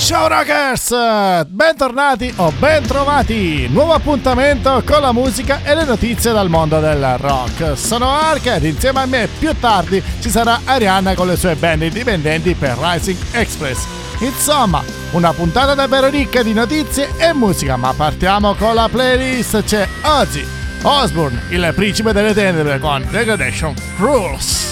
Ciao rockers, bentornati o bentrovati, nuovo appuntamento con la musica e le notizie dal mondo del rock. Sono Ark ed insieme a me più tardi ci sarà Arianna con le sue band indipendenti per Rising Express. Insomma, una puntata davvero ricca di notizie e musica, ma partiamo con la playlist. C'è Ozzy Osbourne, il principe delle tenebre con Degradation Rules.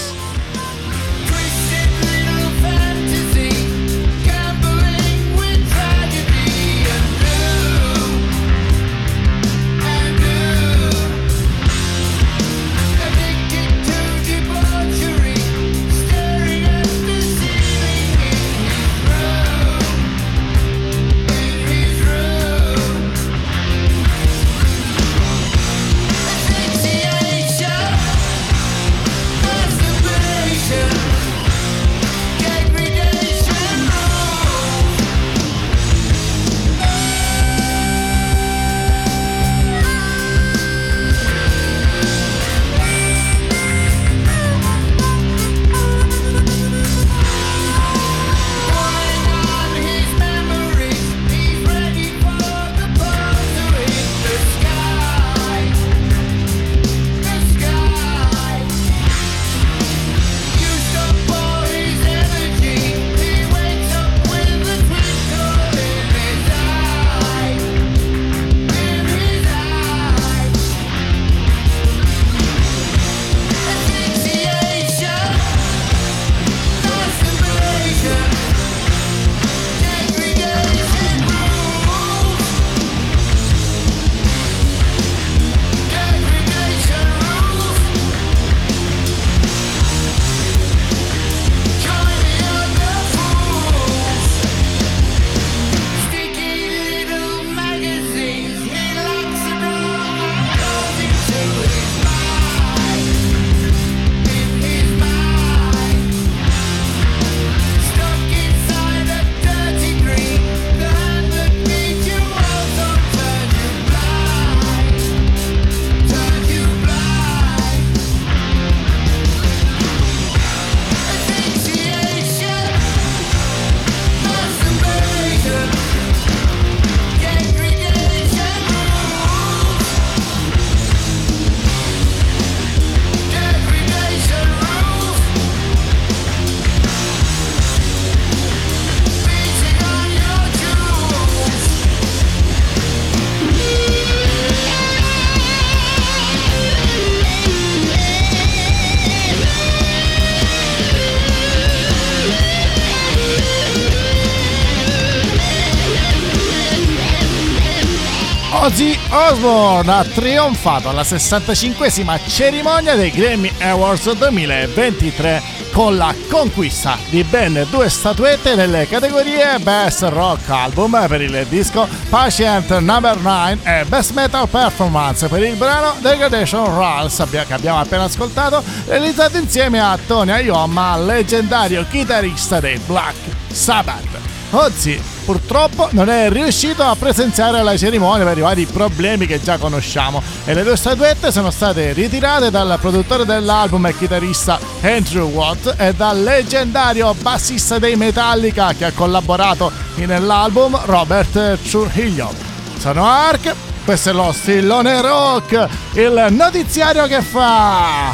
Ozzy Osbourne ha trionfato alla 65esima cerimonia dei Grammy Awards 2023 con la conquista di ben 2 statuette nelle categorie Best Rock Album per il disco Patient No. 9 e Best Metal Performance per il brano Degradation Rules che abbiamo appena ascoltato, realizzato insieme a Tony Iommi, leggendario chitarrista dei Black Sabbath. Ozzy purtroppo non è riuscito a presenziare alla cerimonia per i vari problemi che già conosciamo e le 2 statuette sono state ritirate dal produttore dell'album e chitarrista Andrew Watt e dal leggendario bassista dei Metallica che ha collaborato nell'album, Robert Trujillo. Sono Ark, questo è lo Strillone Rock, il notiziario che fa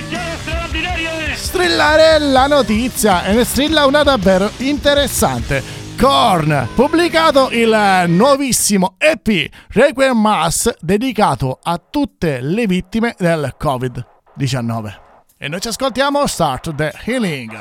strillare la notizia, e ne strilla una davvero interessante. Korn, pubblicato il nuovissimo EP Requiem Mass dedicato a tutte le vittime del Covid-19. E noi ci ascoltiamo Start the Healing.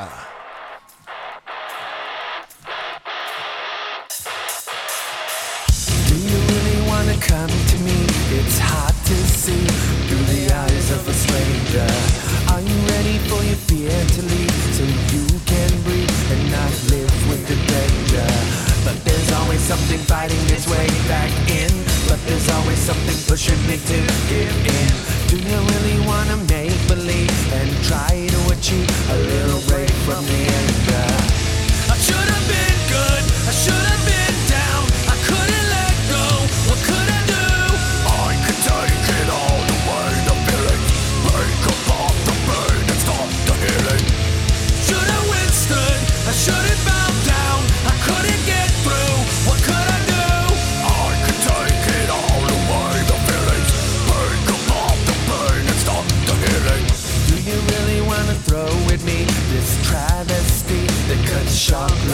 Do you really wanna come to me? It's hard to see through the eyes of a stranger. Are you ready for your fear to leave so you can breathe and not live with the danger? But there's always something fighting its way back in. But there's always something pushing me to give in. Do you really wanna make believe and try to achieve a little break from the anger? I should have been good, I should have been down, I couldn't let go, what could I do? I could take it all away, the feelings break apart.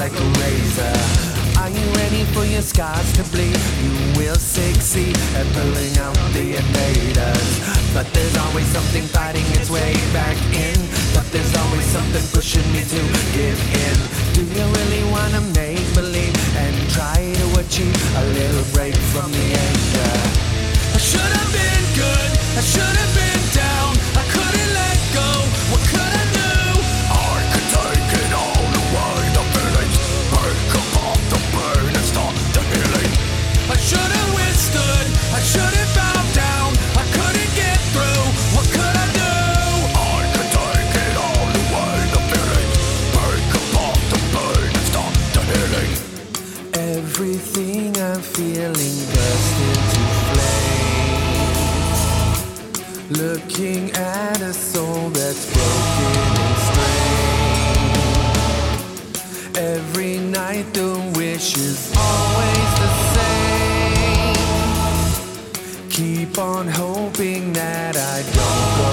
like a razor. Are you ready for your scars to bleed? You will succeed at pulling out the invaders. But there's always something fighting its way back in. But there's always something pushing me to give in. Do you really wanna make believe and try to achieve a little break from the anger? I should have been good, I should have been down, I couldn't let go, what could I do? I could take it all away, the feelings, break apart the pain and start the healing. I should have withstood, I should have bowed down, I couldn't get through, what could I do? I could take it all away, the feelings, break apart the pain and start the healing. Everything I'm feeling burst into flames, looking at a soul that's broken and strained. Every night the wish is always the same. Keep on hoping that I don't go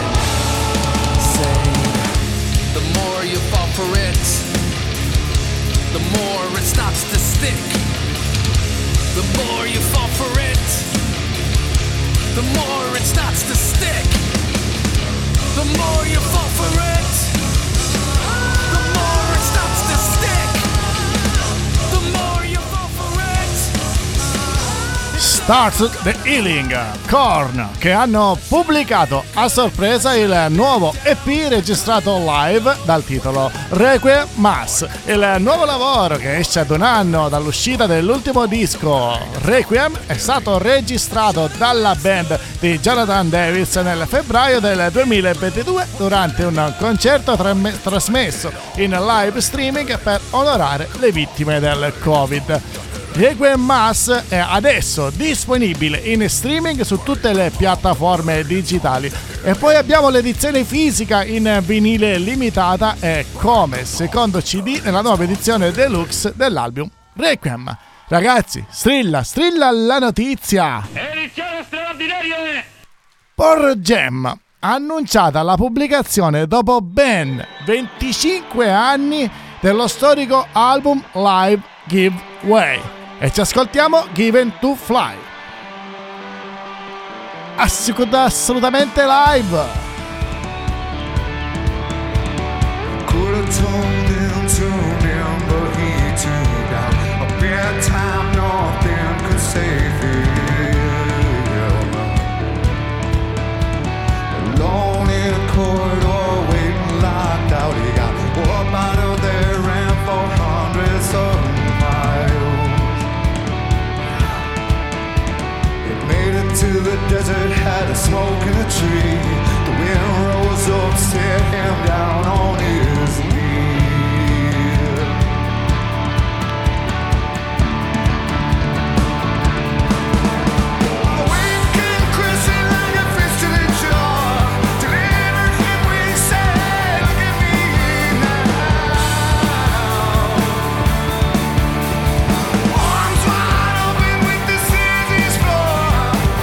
insane. The more you fall for it, the more it starts to stick. The more you fall for it, the more it starts to stick. The more you fall for it, the more it starts to stick. The more you fall for it. Starts the Healing, Korn, che hanno pubblicato a sorpresa il nuovo EP registrato live dal titolo Requiem Mass, il nuovo lavoro che esce ad un anno dall'uscita dell'ultimo disco. Requiem è stato registrato dalla band di Jonathan Davis nel febbraio del 2022 durante un concerto trasmesso in live streaming per onorare le vittime del Covid. Requiem Mass è adesso disponibile in streaming su tutte le piattaforme digitali. E poi abbiamo l'edizione fisica in vinile limitata e come secondo CD nella nuova edizione deluxe dell'album Requiem. Ragazzi, strilla la notizia! Edizione straordinaria! Pearl Jam ha annunciata la pubblicazione dopo ben 25 anni dello storico album live Give Way. E ci ascoltiamo Given to Fly. Assolutamente live. Could have toned him, but he tuned out. A bad time, nothing could save him. Alone in a corridor, waiting locked out. He got up out of there, ran for hundreds of miles. He made it to the desert, had a smoke in a tree. The wind rose up, set him down on his knees. Awakened Christian like a fist to the jaw. Delivered him when he said, "Look at me now." Arms wide open with the city's floor.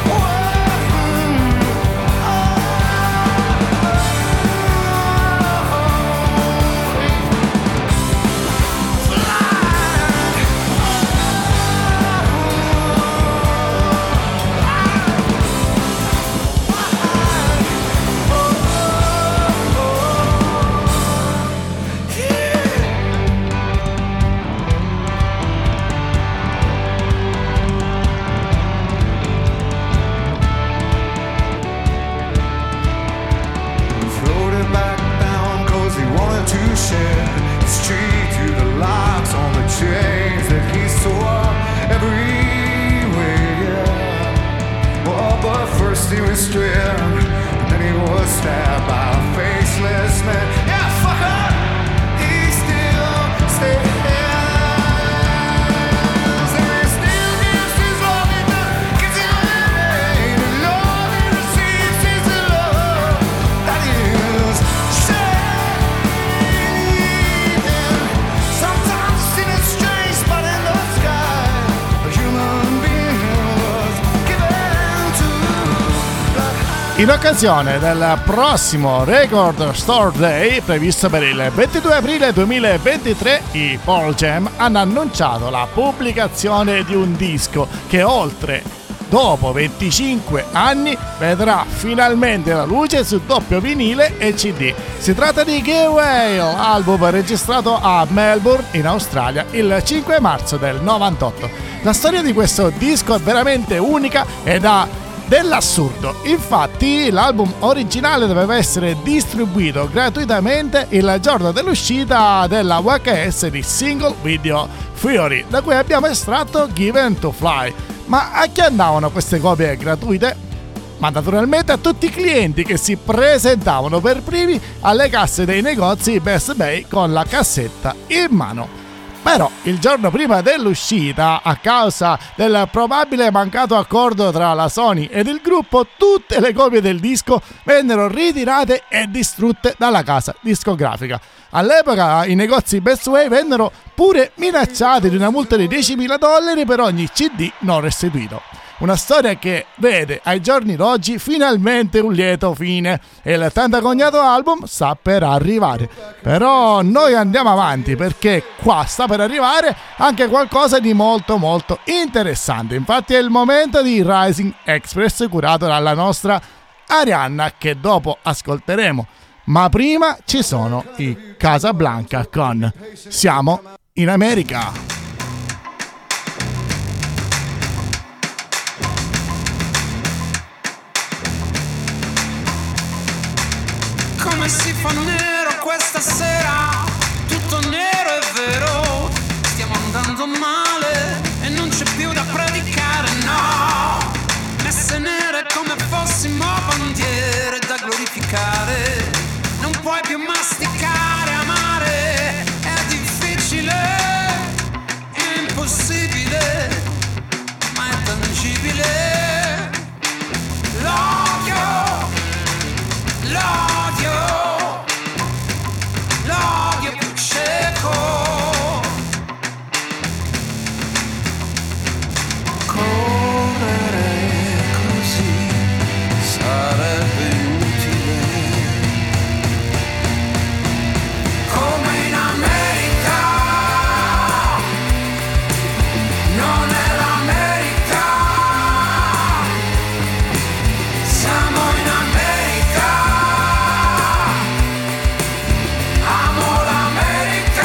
Floated back down 'cause he wanted to share his tree to the locks on the chains that he saw everywhere. Oh, but first he was stripped, and then he was stabbed by a faceless man. Yeah, fucker! He still stays. And he still gives his love, and gives him everything. The Lord he receives is the love that is saving. Sometimes in a strange spot in the sky, a human being was given to the high. In occasione del prossimo Record Store Day, previsto per il 22 aprile 2023, i Pearl Jam hanno annunciato la pubblicazione di un disco che dopo 25 anni vedrà finalmente la luce su doppio vinile e CD. Si tratta di Gay Whale, album registrato a Melbourne in Australia il 5 marzo del 98. La storia di questo disco è veramente unica ed ha dell'assurdo. Infatti l'album originale doveva essere distribuito gratuitamente il giorno dell'uscita della VHS di Single Video Theory, da cui abbiamo estratto Given to Fly. Ma a chi andavano queste copie gratuite? Ma naturalmente a tutti i clienti che si presentavano per primi alle casse dei negozi Best Buy con la cassetta in mano. Però il giorno prima dell'uscita, a causa del probabile mancato accordo tra la Sony ed il gruppo, tutte le copie del disco vennero ritirate e distrutte dalla casa discografica. All'epoca i negozi Best Buy vennero pure minacciati di una multa di $10.000 per ogni CD non restituito. Una storia che vede ai giorni d'oggi finalmente un lieto fine e il tanto cognato album sta per arrivare. Però noi andiamo avanti, perché qua sta per arrivare anche qualcosa di molto molto interessante. Infatti è il momento di Rising Express, curato dalla nostra Arianna, che dopo ascolteremo. Ma prima ci sono i Casablanca con Siamo in America. Come si fa nero questa sera? Tutto nero è vero. Stiamo andando male e non c'è più da predicare, no. Messe nere come fossimo bandiere da glorificare. Non puoi più masticare, amare. È difficile, è impossibile, ma è tangibile. L'odio, l'odio più cieco. Correre così sarebbe inutile. Come in America, non è l'America. Siamo in America. Amo l'America.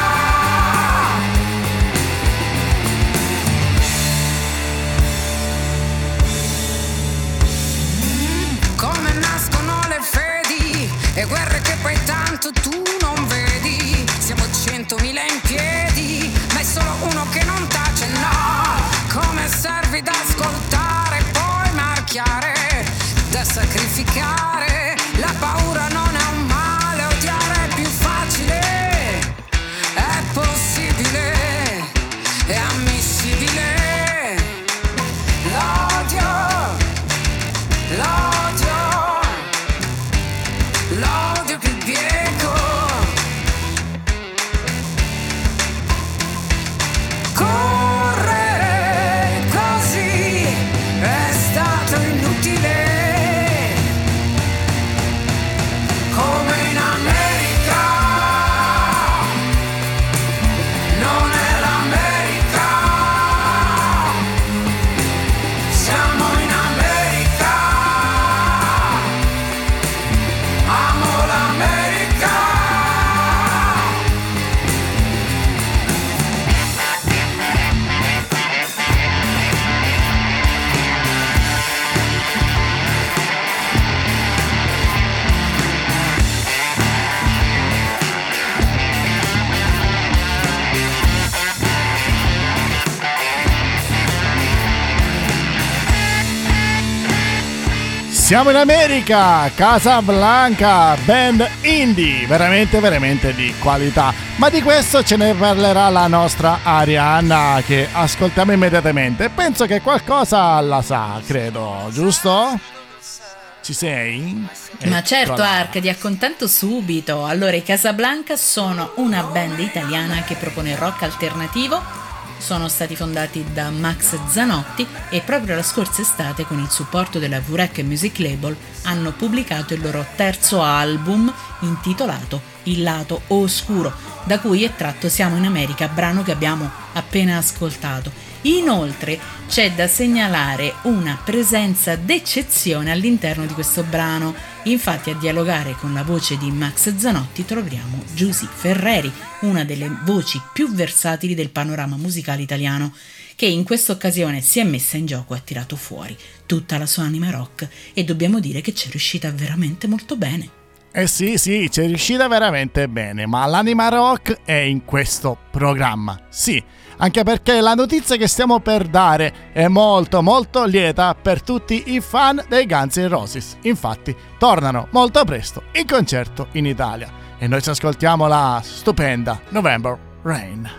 Come nascono le fedi e guerre che poi tanto tu non vedi. Siamo 100.000 in piedi, ma è solo uno che non tace, no. Come servi da ascoltare, poi marchiare, da sacrificare. La paura non è un male, odiare è più facile. È possibile, è ammissibile. L'odio, l'odio, l'odio più bieco. Correre così è stato inutile. Come in America, non è l'America. Siamo in America. Amo l'America. Siamo in America, Casablanca, band indie, veramente veramente di qualità. Ma di questo ce ne parlerà la nostra Arianna, che ascoltiamo immediatamente. Penso che qualcosa la sa, credo, giusto? Ci sei? Ma certo, Eccola. Ark, ti accontento subito. Allora, i Casablanca sono una band italiana che propone rock alternativo sono stati fondati da Max Zanotti e proprio la scorsa estate, con il supporto della Vurek Music Label, hanno pubblicato il loro terzo album intitolato Il lato oscuro, da cui è tratto Siamo in America, brano che abbiamo appena ascoltato. Inoltre c'è da segnalare una presenza d'eccezione all'interno di questo brano. Infatti a dialogare con la voce di Max Zanotti troviamo Giusy Ferreri, una delle voci più versatili del panorama musicale italiano, che in questa occasione si è messa in gioco e ha tirato fuori tutta la sua anima rock, e dobbiamo dire che c'è riuscita veramente molto bene. Sì, c'è riuscita veramente bene, ma l'anima rock è in questo programma, sì, anche perché la notizia che stiamo per dare è molto molto lieta per tutti i fan dei Guns N' Roses. Infatti tornano molto presto in concerto in Italia e noi ci ascoltiamo la stupenda November Rain.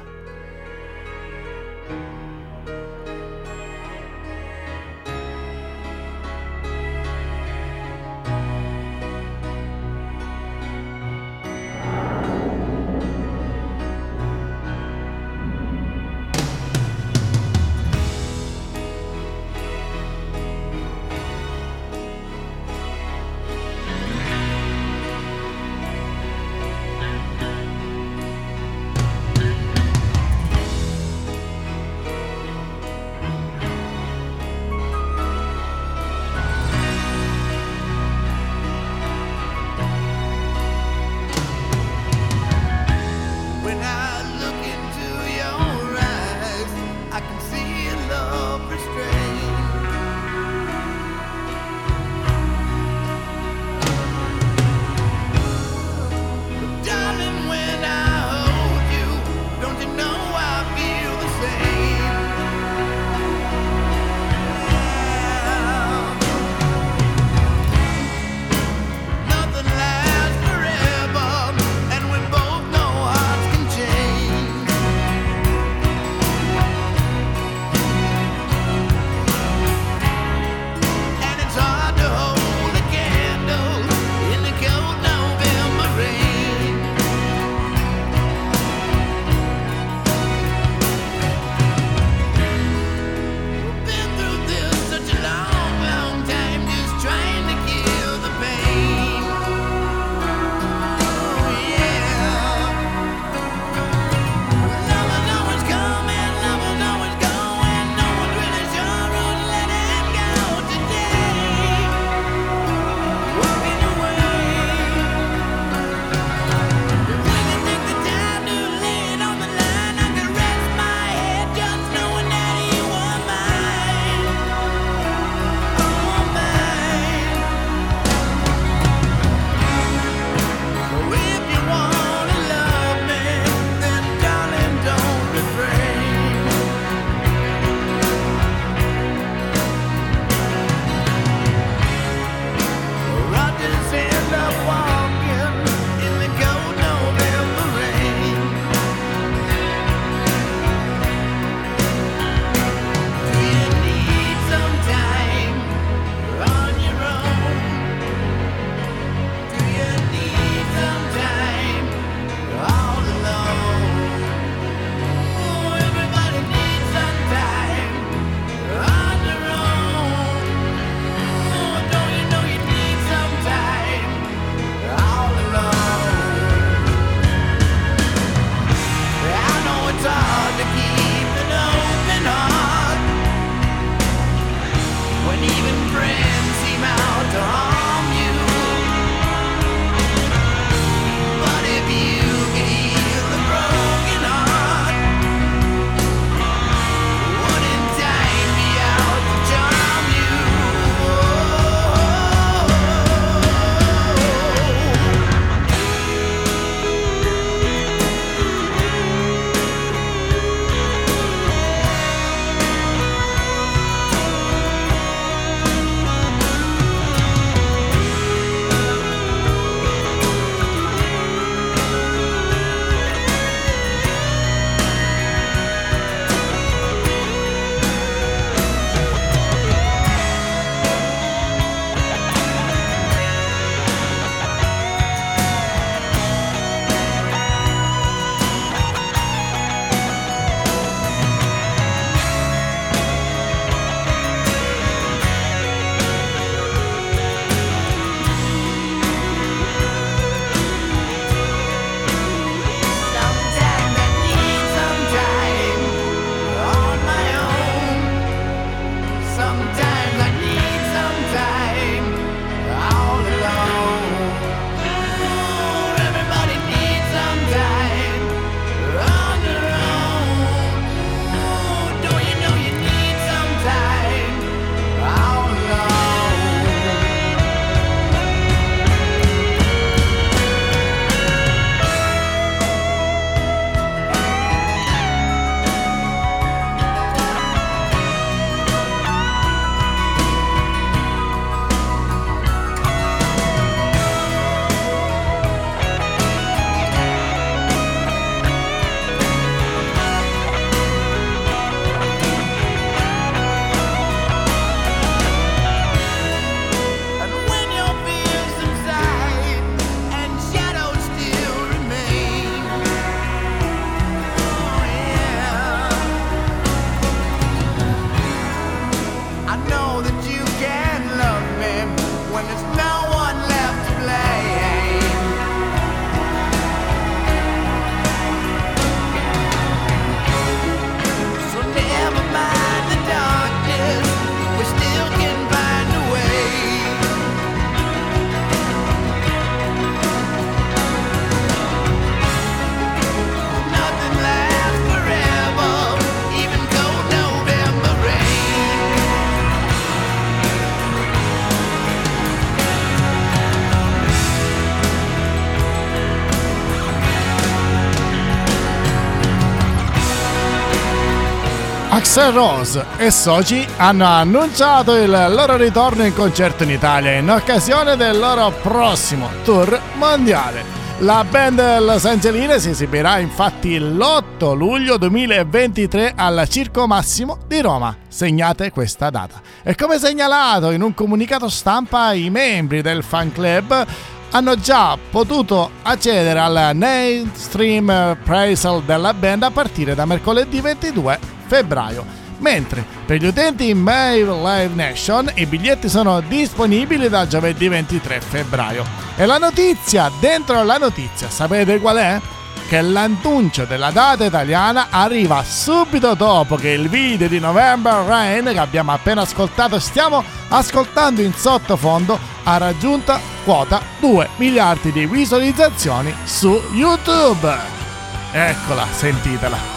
Axl Rose e Soci hanno annunciato il loro ritorno in concerto in Italia in occasione del loro prossimo tour mondiale. La band Los Angeline si esibirà infatti l'8 luglio 2023 al Circo Massimo di Roma. Segnate questa data. E come segnalato in un comunicato stampa, i membri del fan club hanno già potuto accedere al mainstream appraisal della band a partire da mercoledì 22 febbraio, mentre per gli utenti in Mail Live Nation i biglietti sono disponibili da giovedì 23 febbraio. E la notizia dentro la notizia, sapete qual è? Che l'annuncio della data italiana arriva subito dopo che il video di November Rain, che abbiamo appena ascoltato e stiamo ascoltando in sottofondo, ha raggiunto quota 2 miliardi di visualizzazioni su YouTube. Eccola, sentitela.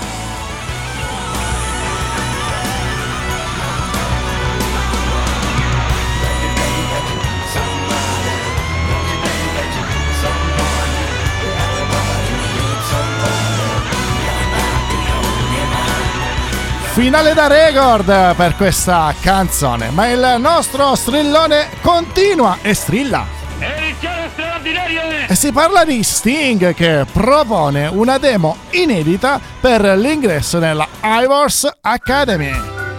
Finale da record per questa canzone, ma il nostro strillone continua e strilla. Edizione straordinaria! E si parla di Sting, che propone una demo inedita per l'ingresso nella Ivors Academy.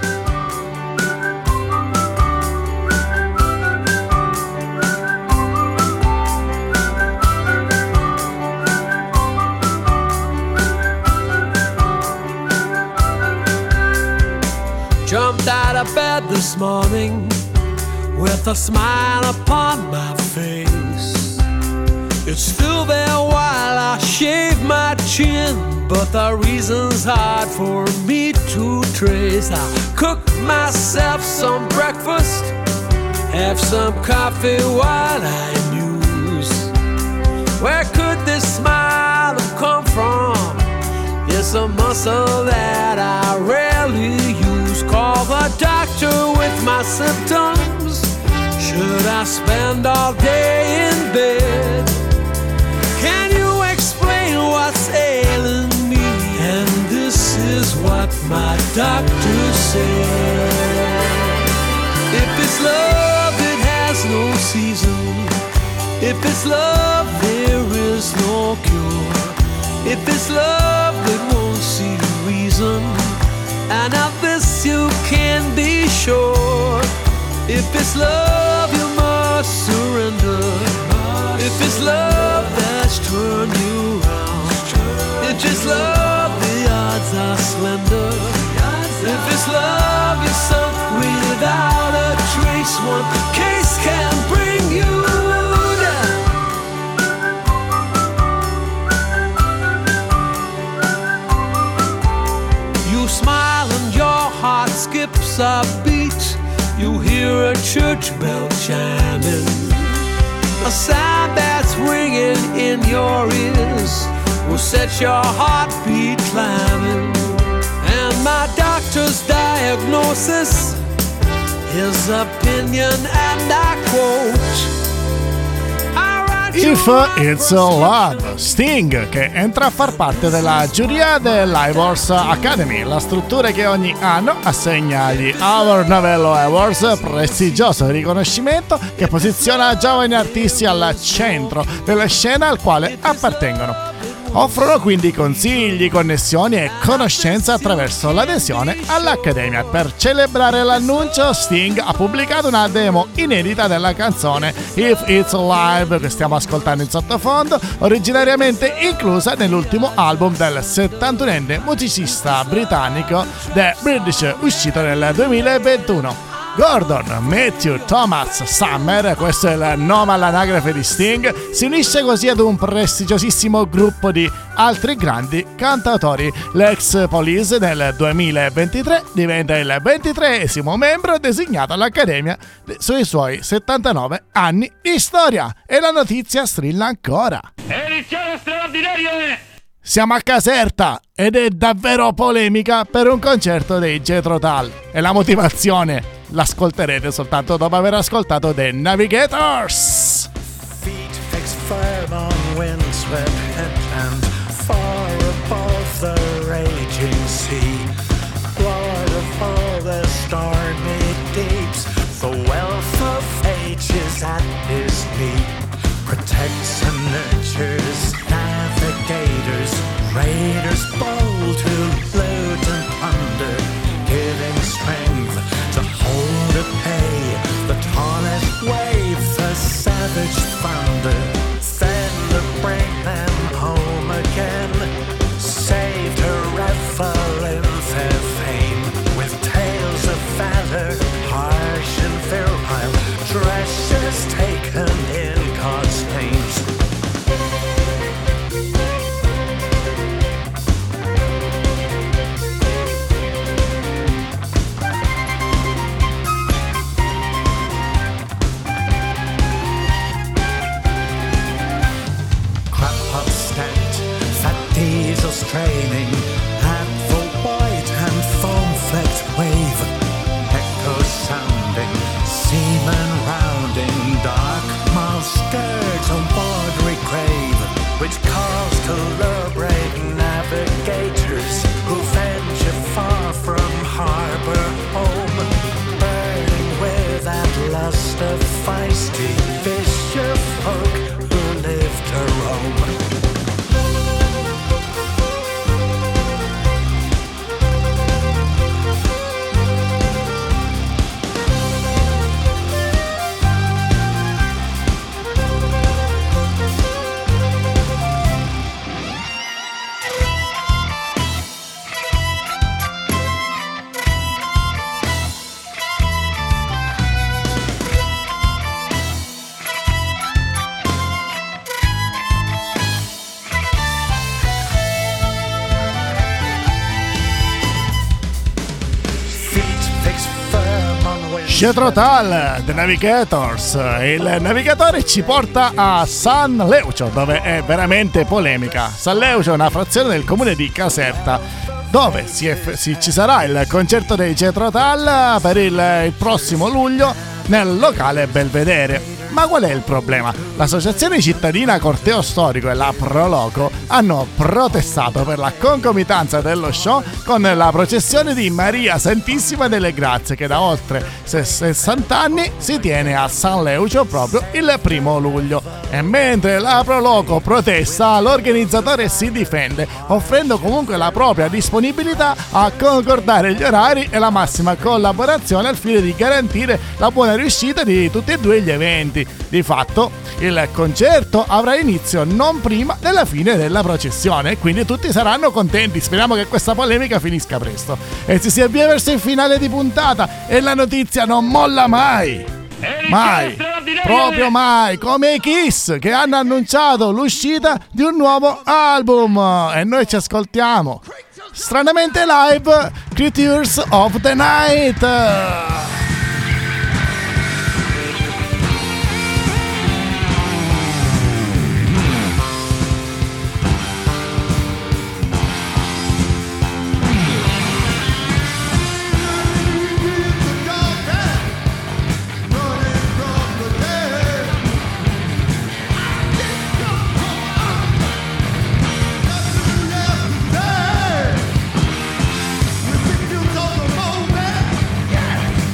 Jumped out of bed this morning with a smile upon my face. It's still there while I shave my chin, but the reason's hard for me to trace. I cook myself some breakfast, have some coffee while I muse. Where could this smile have come from? It's a muscle that I rarely use. Call the doctor with my symptoms. Should I spend all day in bed? Can you explain what's ailing me? And this is what my doctor said. If it's love, it has no season. If it's love, there is no cure. If it's love, it won't see reason. And of this you can be sure. If it's love, you must surrender. If it's love that's turned you round, if it's love, the odds are slender. If it's love, you're sunk without a trace. One case can bring you down. You smile and your heart skips a beat. You hear a church bell chiming, a sound that's ringing in your ears will set your heartbeat climbing. And my doctor's diagnosis, his opinion, and I quote: If It's Love, Sting, che entra a far parte della giuria dell'Ivors Academy, la struttura che ogni anno assegna agli Ivor Novello Awards, prestigioso riconoscimento che posiziona giovani artisti al centro della scena al quale appartengono. Offrono quindi consigli, connessioni e conoscenze attraverso l'adesione all'Accademia. Per celebrare l'annuncio, Sting ha pubblicato una demo inedita della canzone If It's Live, che stiamo ascoltando in sottofondo, originariamente inclusa nell'ultimo album del 71enne musicista britannico The British, uscito nel 2021. Gordon Matthew Thomas Summer, questo è il nome all'anagrafe di Sting, si unisce così ad un prestigiosissimo gruppo di altri grandi cantautori. L'ex Police nel 2023 diventa il 23esimo membro designato all'Accademia sui suoi 79 anni di storia. E la notizia strilla ancora. Edizione straordinaria! Siamo a Caserta ed è davvero polemica per un concerto dei Jethro Tull. E la motivazione l'ascolterete soltanto dopo aver ascoltato The Navigators. Feet fixed firm on windswept and far above the raging sea. Water training at full white and foam-flecked wave. Echoes sounding, seamen rounding, dark mouth skirts a watery grave, which calls to lure-brave navigators who venture far from harbor home, burning with that lust of feisty fisher folk who live to roam. Jethro Tull, The Navigators. Il navigatore ci porta a San Leucio, dove è veramente polemica. San Leucio è una frazione del comune di Caserta, dove ci sarà il concerto dei Jethro Tull per il prossimo luglio nel locale Belvedere. Ma qual è il problema? L'associazione cittadina Corteo Storico e la Proloco hanno protestato per la concomitanza dello show con la processione di Maria Santissima delle Grazie, che da oltre 60 anni si tiene a San Leucio proprio il 1 luglio. E mentre la Proloco protesta, l'organizzatore si difende, offrendo comunque la propria disponibilità a concordare gli orari e la massima collaborazione al fine di garantire la buona riuscita di tutti e due gli eventi. Di fatto, il concerto avrà inizio non prima della fine della processione, quindi tutti saranno contenti. Speriamo che questa polemica finisca presto e si avvia verso il finale di puntata e la notizia non molla mai. Mai, proprio mai, come i Kiss, che hanno annunciato l'uscita di un nuovo album e noi ci ascoltiamo stranamente live Creatures of the Night. Yeah.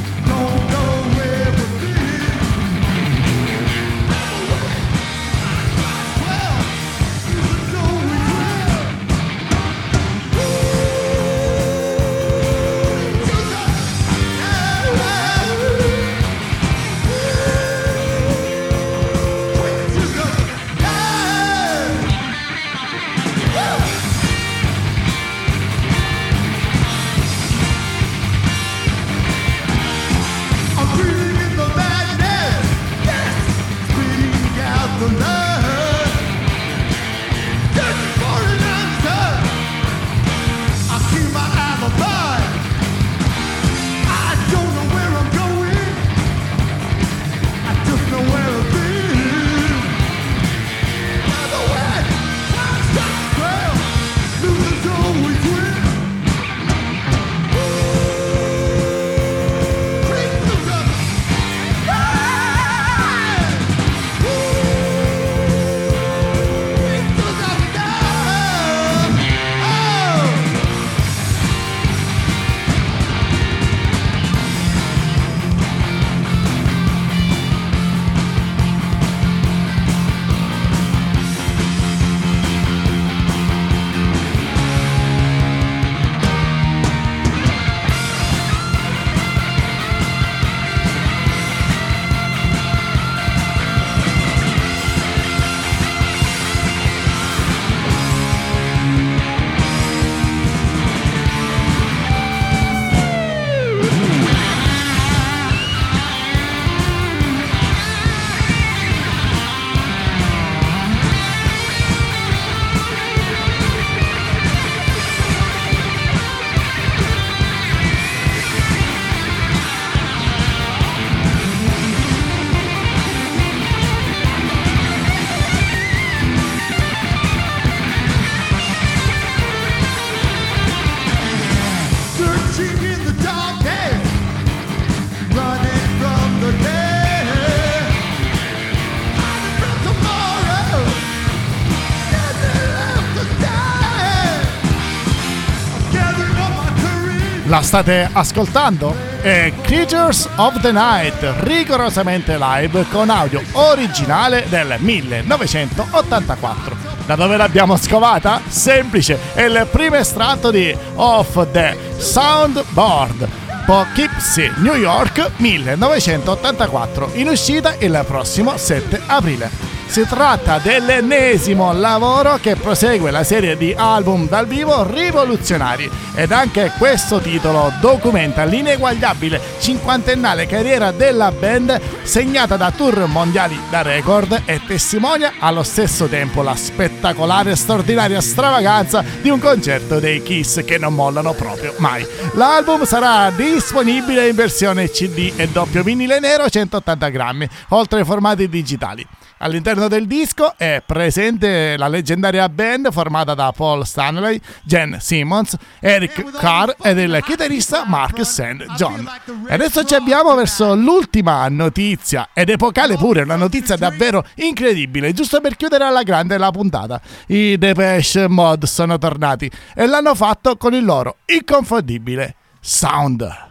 La state ascoltando? È Creatures of the Night, rigorosamente live con audio originale del 1984. Da dove l'abbiamo scovata? Semplice, è il primo estratto di Off the Soundboard, Poughkeepsie, New York, 1984, in uscita il prossimo 7 aprile. Si tratta dell'ennesimo lavoro che prosegue la serie di album dal vivo rivoluzionari, ed anche questo titolo documenta l'ineguagliabile cinquantennale carriera della band, segnata da tour mondiali da record, e testimonia allo stesso tempo la spettacolare e straordinaria stravaganza di un concerto dei Kiss che non mollano proprio mai. L'album sarà disponibile in versione CD e doppio vinile nero 180 grammi, oltre ai formati digitali. All'interno del disco è presente la leggendaria band formata da Paul Stanley, Gene Simmons, Eric Carr ed il chitarrista Mark St. John. E adesso ci abbiamo verso l'ultima notizia, ed epocale pure, una notizia davvero incredibile, giusto per chiudere alla grande la puntata. I Depeche Mode sono tornati e l'hanno fatto con il loro inconfondibile Sound.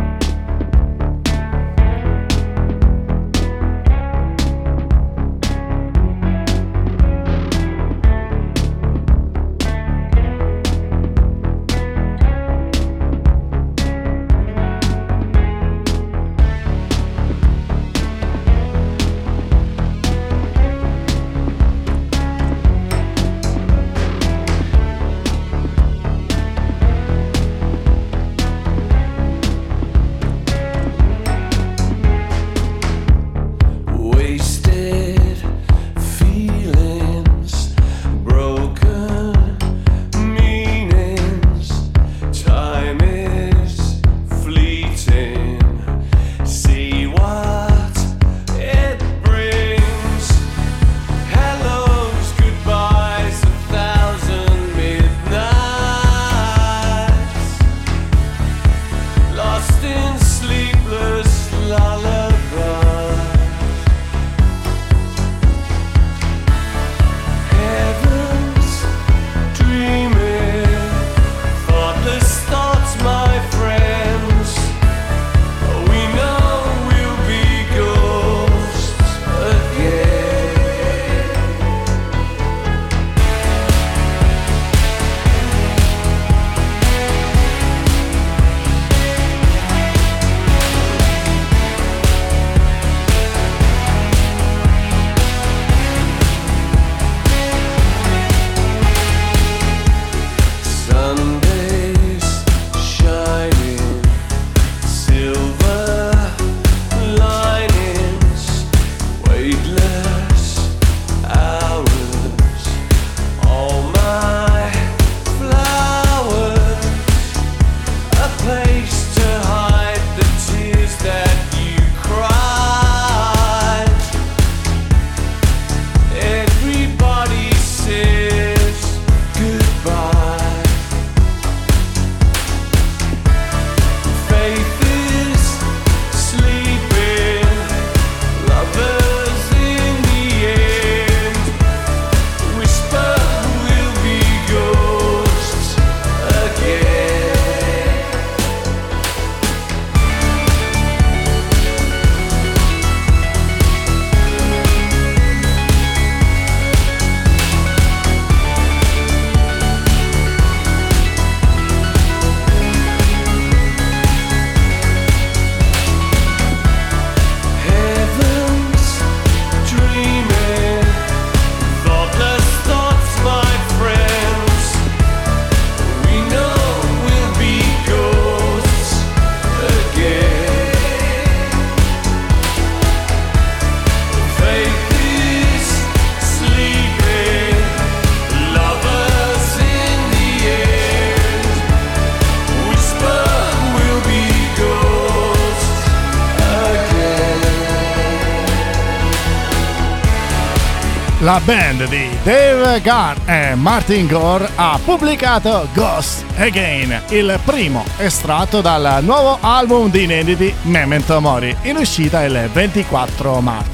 La band di Dave Gunn e Martin Gore ha pubblicato Ghost Again, il primo estratto dal nuovo album di inediti Memento Mori, in uscita il 24 marzo.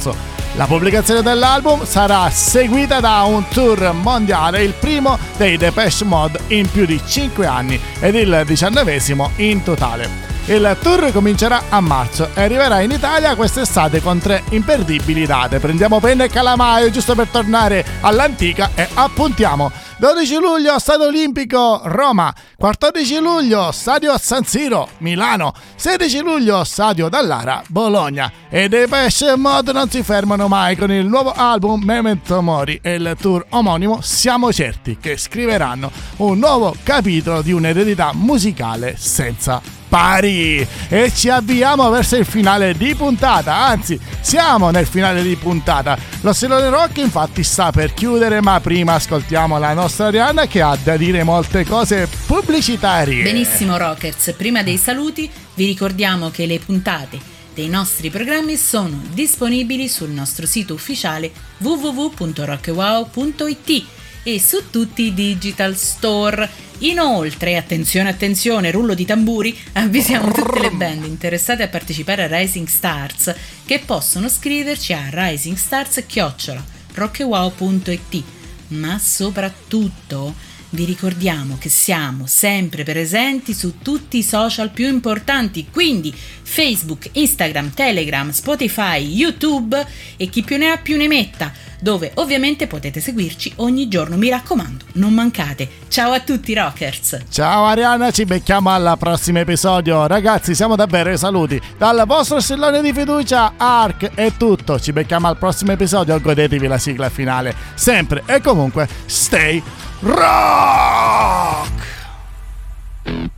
La pubblicazione dell'album sarà seguita da un tour mondiale, il primo dei Depeche Mode in più di 5 anni ed il 19esimo in totale. Il tour comincerà a marzo e arriverà in Italia quest'estate con 3 imperdibili date. Prendiamo penna e calamaio giusto per tornare all'antica e appuntiamo. 12 luglio Stadio Olimpico Roma, 14 luglio Stadio San Siro Milano, 16 luglio Stadio Dallara Bologna. E i Depeche Mode non si fermano mai. Con il nuovo album Memento Mori e il tour omonimo siamo certi che scriveranno un nuovo capitolo di un'eredità musicale senza pari. E ci avviamo verso il finale di puntata, anzi siamo nel finale di puntata. Lo Stillone Rock infatti sta per chiudere, ma prima ascoltiamo la nostra Arianna che ha da dire molte cose pubblicitarie. Benissimo Rockers, prima dei saluti vi ricordiamo che le puntate dei nostri programmi sono disponibili sul nostro sito ufficiale www.rockwow.it e su tutti i digital store. Inoltre, attenzione, rullo di tamburi, avvisiamo tutte le band interessate a partecipare a Rising Stars che possono scriverci a risingstars@rockwow.it. Ma soprattutto vi ricordiamo che siamo sempre presenti su tutti i social più importanti, quindi Facebook, Instagram, Telegram, Spotify, YouTube e chi più ne ha più ne metta, dove ovviamente potete seguirci ogni giorno. Mi raccomando, non mancate. Ciao a tutti Rockers. Ciao Arianna, ci becchiamo al prossimo episodio. Ragazzi, siamo davvero ai saluti. Dal vostro stellone di fiducia Ark è tutto. Ci becchiamo al prossimo episodio. Godetevi la sigla finale. Sempre e comunque, stay rock!